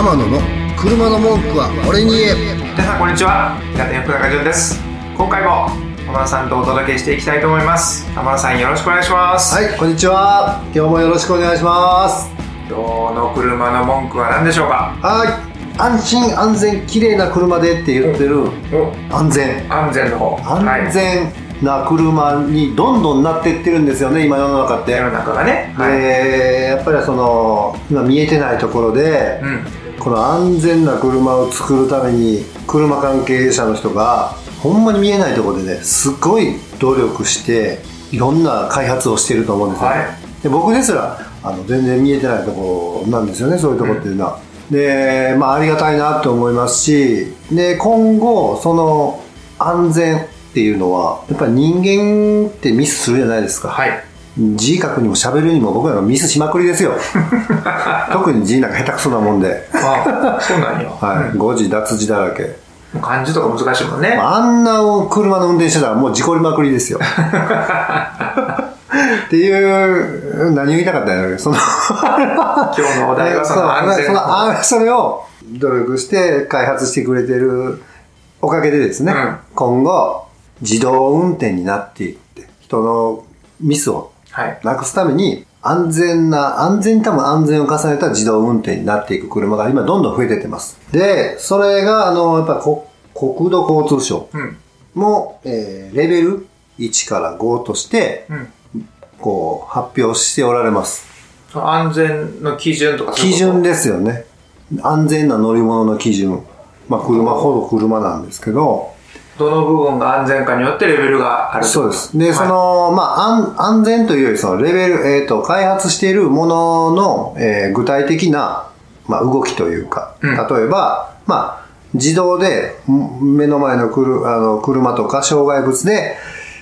天野の車の文句は俺に言え。 皆さんこんにちは、平手福永潤です。今回も天野さんとお届けしていきたいと思います。天野さんよろしくお願いします。 はい、こんにちは。今日もよろしくお願いします。 今日の車の文句は何でしょうか？ はい、安心安全綺麗な車でって言ってる安全の方、 安全な車にどんどんなっていってるんですよね、今世の中って。 世の中がね、 やっぱりその今見えてないところで、この安全な車を作るために車関係者の人がほんまに見えないところでね、すごい努力していろんな開発をしていると思うんですよ、で僕ですら全然見えてないところなんですよね、そういうところっていうのは、で、ありがたいなと思いますし、で今後その安全っていうのはやっぱり人間ってミスするじゃないですか、字書くにも喋るにも僕らがミスしまくりですよ特に字なんか下手くそなもんでそうなんよ、 誤字脱字だらけ、 漢字とか難しいもんね。 あんな車の運転してたらもう事故りまくりですよっていう何を言いたかったんだろう、その今日のお題はその安全それを努力して開発してくれてるおかげでですね、今後自動運転になっていって人のミスをなくすために安全に多分安全を重ねた自動運転になっていく車が今どんどん増えてってます。でそれがやっぱ国土交通省も、レベル1から5として、こう発表しておられます。 安全の基準とか基準ですよね。安全な乗り物の基準、車ほど車なんですけど、 どの部分が安全かによってレベルがある。 そうです。で、安全というよりそのレベル、開発しているものの、具体的な、動きというか、例えば、自動で目の前の車とか障害物で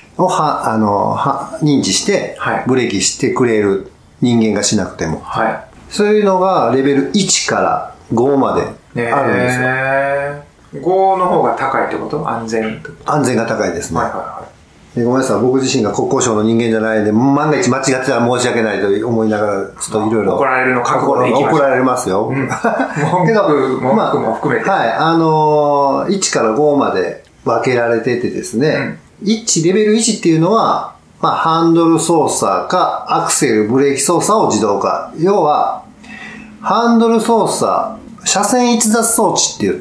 認知してブレーキしてくれる、人間がしなくても、そういうのがレベル1から5まであるんですよ。 5の方が高いってこと？安全が高いですね。でごめんなさい、僕自身が国交省の人間じゃないので、万が一間違ってたら申し訳ないと思いながら、ちょっといろいろ怒られるの覚悟でいきましょう。 怒られますよ。 けど文句も含めて、 1から5まで分けられててですね、レベル1っていうのは、ハンドル操作かアクセルブレーキ操作を自動化。要はハンドル操作、車線逸脱装置って言って、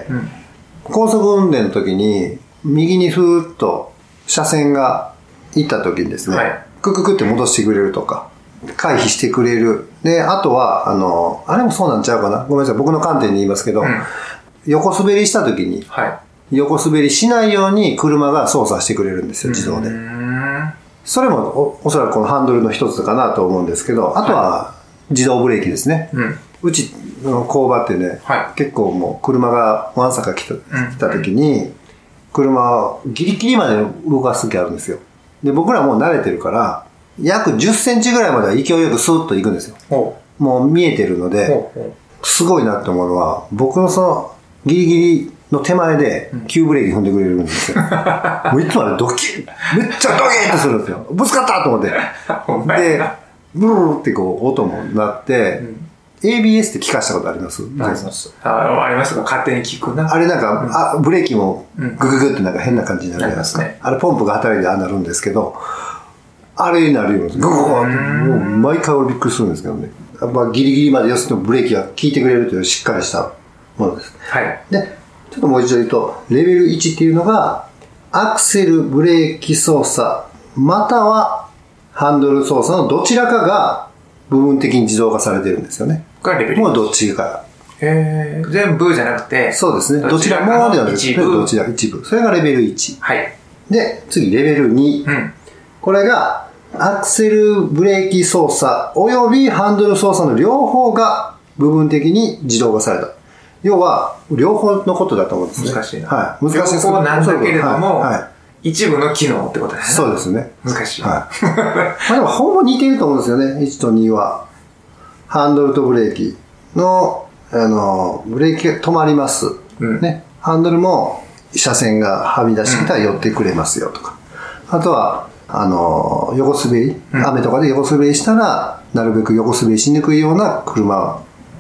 高速運転の時に右にふーっと車線が行った時にですね、クククって戻してくれるとか回避してくれる。であとはあれもそうなんちゃうかな、ごめんなさい、僕の観点で言いますけど、横滑りした時に、横滑りしないように車が操作してくれるんですよ、自動で。それも おそらくこのハンドルの一つかなと思うんですけど、あとは自動ブレーキですね。うちの工場ってね、結構もう車がわんさか来た時に、車をギリギリまで動かす時あるんですよ。で僕らもう慣れてるから約10センチぐらいまでは勢いよくスーッと行くんですよ。もう見えてるので、すごいなって思うのは、僕のそのギリギリの手前で急ブレーキ踏んでくれるんですよ。もういつもあれめっちゃドキッとするんですよ。ぶつかったと思ってでブルーってこう音も鳴って、ABS って聞かしたことあります？ ありますが、勝手に聞くな。 あれなんか、ブレーキもグググってなんか変な感じになるじゃないですか。あれポンプが働いてああなるんですけど、あれになるようにグググってもう毎回俺びっくりするんですけどね。ギリギリまで要するにブレーキが効いてくれるというしっかりしたものです。でちょっともう一度言うと、レベル1っていうのがアクセルブレーキ操作またはハンドル操作のどちらかが部分的に自動化されてるんですよね。もうどっちか。 全部じゃなくて、 そうですね。どちらもではなくて、一部。それがレベル1。で、次、レベル2。これが、アクセルブレーキ操作およびハンドル操作の両方が部分的に自動化された。要は、両方のことだと思うんですね。 難しいな。 難しいです。 両方なんだけれども、一部の機能ってことですね。 そうですね。 難しい。 でもほぼ似てると思うんですよね、1と2は。ハンドルとブレーキの、ブレーキが止まります。ハンドルも車線がはみ出してきたら寄ってくれますよとか。あとは、横滑り、雨とかで横滑りしたら、なるべく横滑りしにくいような車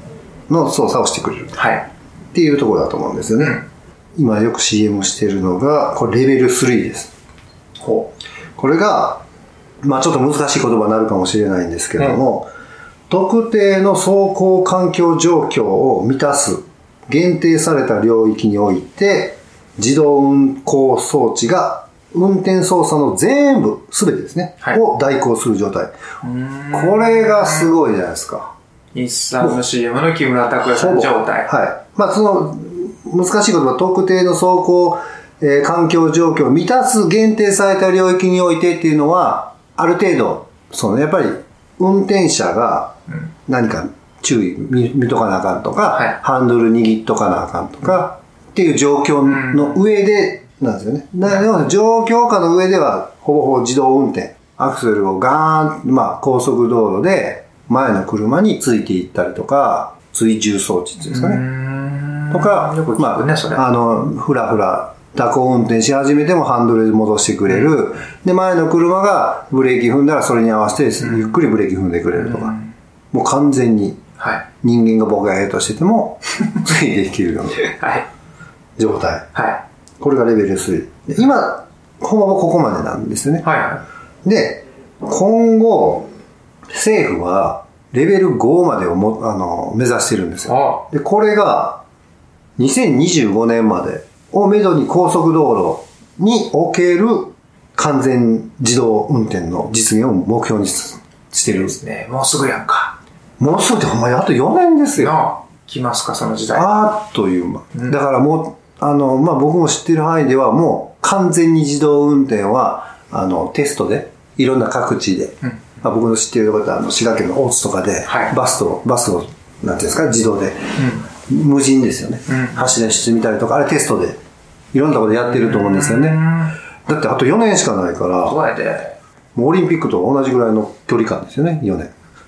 の操作をしてくれる。 はい。 っていうところだと思うんですよね。今よく CM してるのが、これレベル3です。 ほう。 これが、まあちょっと難しい言葉になるかもしれないんですけども、特定の走行環境状況を満たす限定された領域において、自動運行装置が運転操作の全部、すべてですね、 はい、 を代行する状態。これがすごいじゃないですか。 日産の CM の木村拓哉さん状態。 はい。まあその、難しい言葉、特定の走行、環境状況を満たす限定された領域においてっていうのは、ある程度、やっぱり運転者が何か注意見とかなあかんとか、 はい、 ハンドル握っとかなあかんとか、っていう状況の上でなんですよね。なので状況下の上ではほぼほぼ自動運転。アクセルをガーン、まあ高速道路で前の車についていったりとか、追従装置っていうんですかね。とか、 よく聞くね、それ。 ふらふら蛇行運転し始めてもハンドルで戻してくれる。で、前の車がブレーキ踏んだらそれに合わせてゆっくりブレーキ踏んでくれるとか。もう完全に人間がボケーっとしててもついていけるような状態。 はい。 これがレベル3。今、ほぼここまでなんですよね。 はいはい。 で、今後、政府はレベル5までを目指してるんですよ。で、これが2025年までをめどに高速道路における完全自動運転の実現を目標にしてるんですね。もうすぐやんか。 もうすぐってほんまにあと4年ですよ。 来ますか、その時代。 あっという間。だからもう、まあ、僕も知ってる範囲ではもう完全に自動運転は、テストで、いろんな各地で、まあ、僕の知っているところで滋賀県の大津とかで、バスを、なんていうんですか、自動で、無人ですよね。走らせてみたりとか、あれテストで、いろんなところでやってると思うんですよね。だってあと4年しかないから、 そうやで。 もうオリンピックと同じぐらいの距離感ですよね、4年。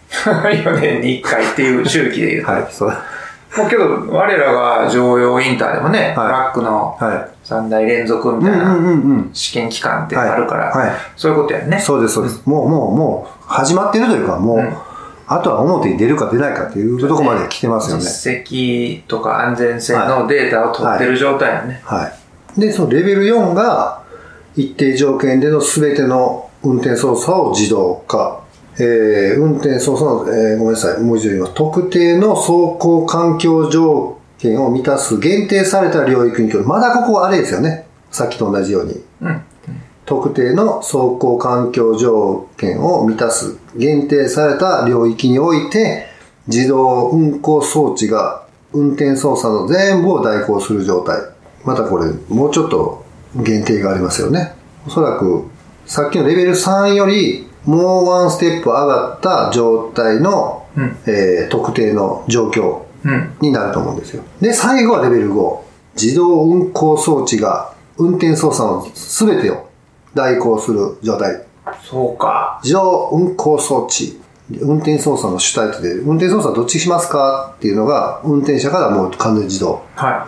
4年に1回っていう周期で言うと。 はい、そう。 もうけど、我らが常用インターでもね、トラックの3台連続みたいな試験期間ってあるから、そういうことやね。 そうです、そうです。もう、始まってるというか、もう、あとは表に出るか出ないかっていうところまで来てますよね。 実績とか安全性のデータを取ってる状態やね。 はい。で、そのレベル4が、一定条件での全ての運転操作を自動化。運転操作の、ごめんなさい、もう一度言います。特定の走行環境条件を満たす限定された領域に来る。まだここはあれですよね。さっきと同じように。特定の走行環境条件を満たす限定された領域において、自動運行装置が運転操作の全部を代行する状態。またこれ、もうちょっと限定がありますよね。おそらく、さっきのレベル3より、もうワンステップ上がった状態の、特定の状況になると思うんですよ。で、最後はレベル5。自動運行装置が運転操作の全てを代行する状態。 そうか。 自動運行装置。運転操作の主体で、運転操作どっちしますかっていうのが、運転者からもう完全自動。 はい。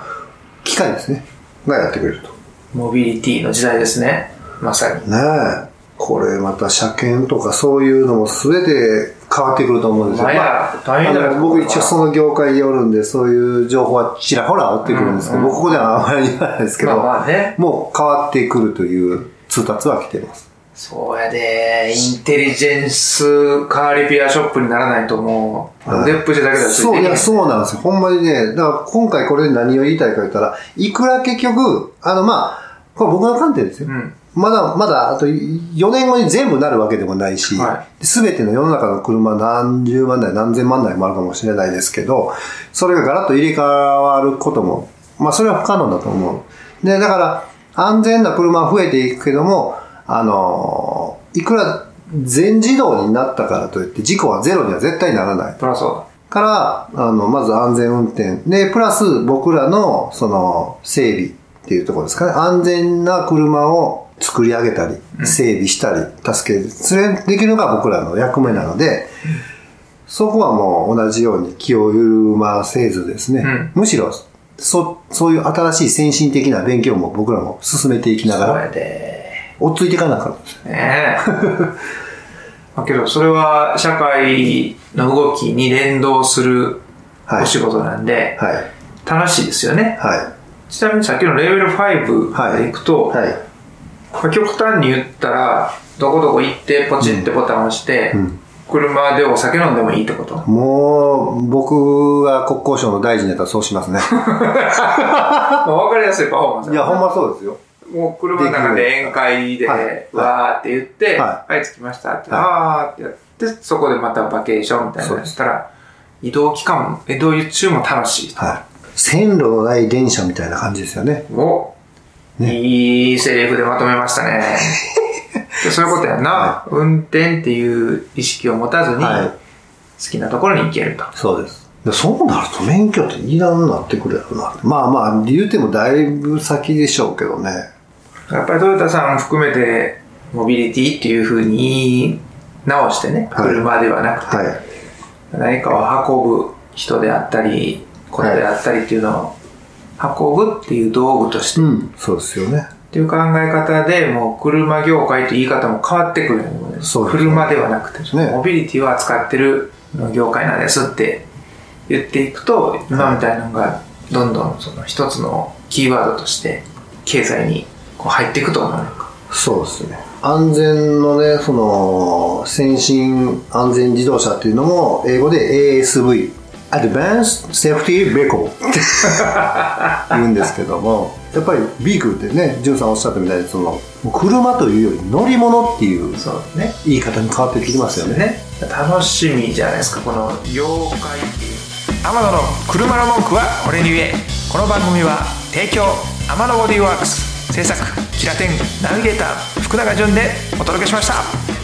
機械ですね。がやってくれると。 モビリティの時代ですね。まさに。 ねえ。これまた車検とかそういうのも全て変わってくると思うんですよ。 大変だよ。 僕一応その業界によるんで、そういう情報はちらほら追ってくるんですけど、僕ここではあまり言わないですけど、もう変わってくるという通達は来てます。 そうやで、インテリジェンスカーリペアショップにならないともう、腕っぷしだけだとそう、いや、そうなんですよ。ほんまにね、だから今回これで何を言いたいか言ったら、いくら結局、まあ、これ僕の観点ですよ。まだ、あと4年後に全部なるわけでもないし、すべての世の中の車何十万台、何千万台もあるかもしれないですけど、それがガラッと入れ替わることも、まあそれは不可能だと思う。で、だから、安全な車は増えていくけども、いくら全自動になったからといって事故はゼロには絶対にならない。 そりゃそうだ。 から、まず安全運転。で、プラス僕らの、整備っていうところですかね。安全な車を作り上げたり、整備したり、助ける。それできるのが僕らの役目なので、そこはもう同じように気を緩ませずですね、むしろ、そういう新しい先進的な勉強も僕らも進めていきながら、 そうやで追っついていかなかったんですよ。 ねえ。だけど、それは社会の動きに連動するお仕事なんで、 はい、 楽しいですよね。 はい、 ちなみにさっきのレベル5でいくと、 はいはい、 極端に言ったら、どこどこ行ってポチってボタンを押して、車でお酒飲んでもいいってこと？ もう、僕が国交省の大臣だったらそうしますね。 わかりやすいパフォーマンス、 いや、ほんまそうですよ。 もう車の中で宴会で、わーって言って、はい、着きましたって、あーってやって、そこでまたバケーションみたいなのやったら、移動期間も、移動中も楽しい。 はい。線路のない電車みたいな感じですよね。 ね、いいセリフでまとめましたね。そういうことやんな、はい。運転っていう意識を持たずに、好きなところに行けると。 そうです。そうなると免許っていらんなってくるやろな。まあまあ、言うてもだいぶ先でしょうけどね。 やっぱりトヨタさん含めて、モビリティっていう風に言い直してね、車ではなくて、何かを運ぶ人であったり、ことであったりっていうのを運ぶっていう道具として、 そうですよね。 っていう考え方で、もう車業界という言い方も変わってくるので、車ではなくて、モビリティを扱ってる業界なんですって言っていくと、今みたいなのがどんどんその一つのキーワードとして経済にこう入っていくと思う。 そうですね。安全のね、その先進安全自動車っていうのも英語で ASV、Advanced Safety Vehicle って言うんですけども、やっぱりビークルってね、ジュンさんおっしゃったみたいにその車というより乗り物っていう言い方に変わってきてますよね。 楽しみじゃないですか、この業界っていう。天野の車の文句は俺に言え。この番組は提供天野ボディーワークス、制作キラテンナビゲーター福永潤でお届けしました。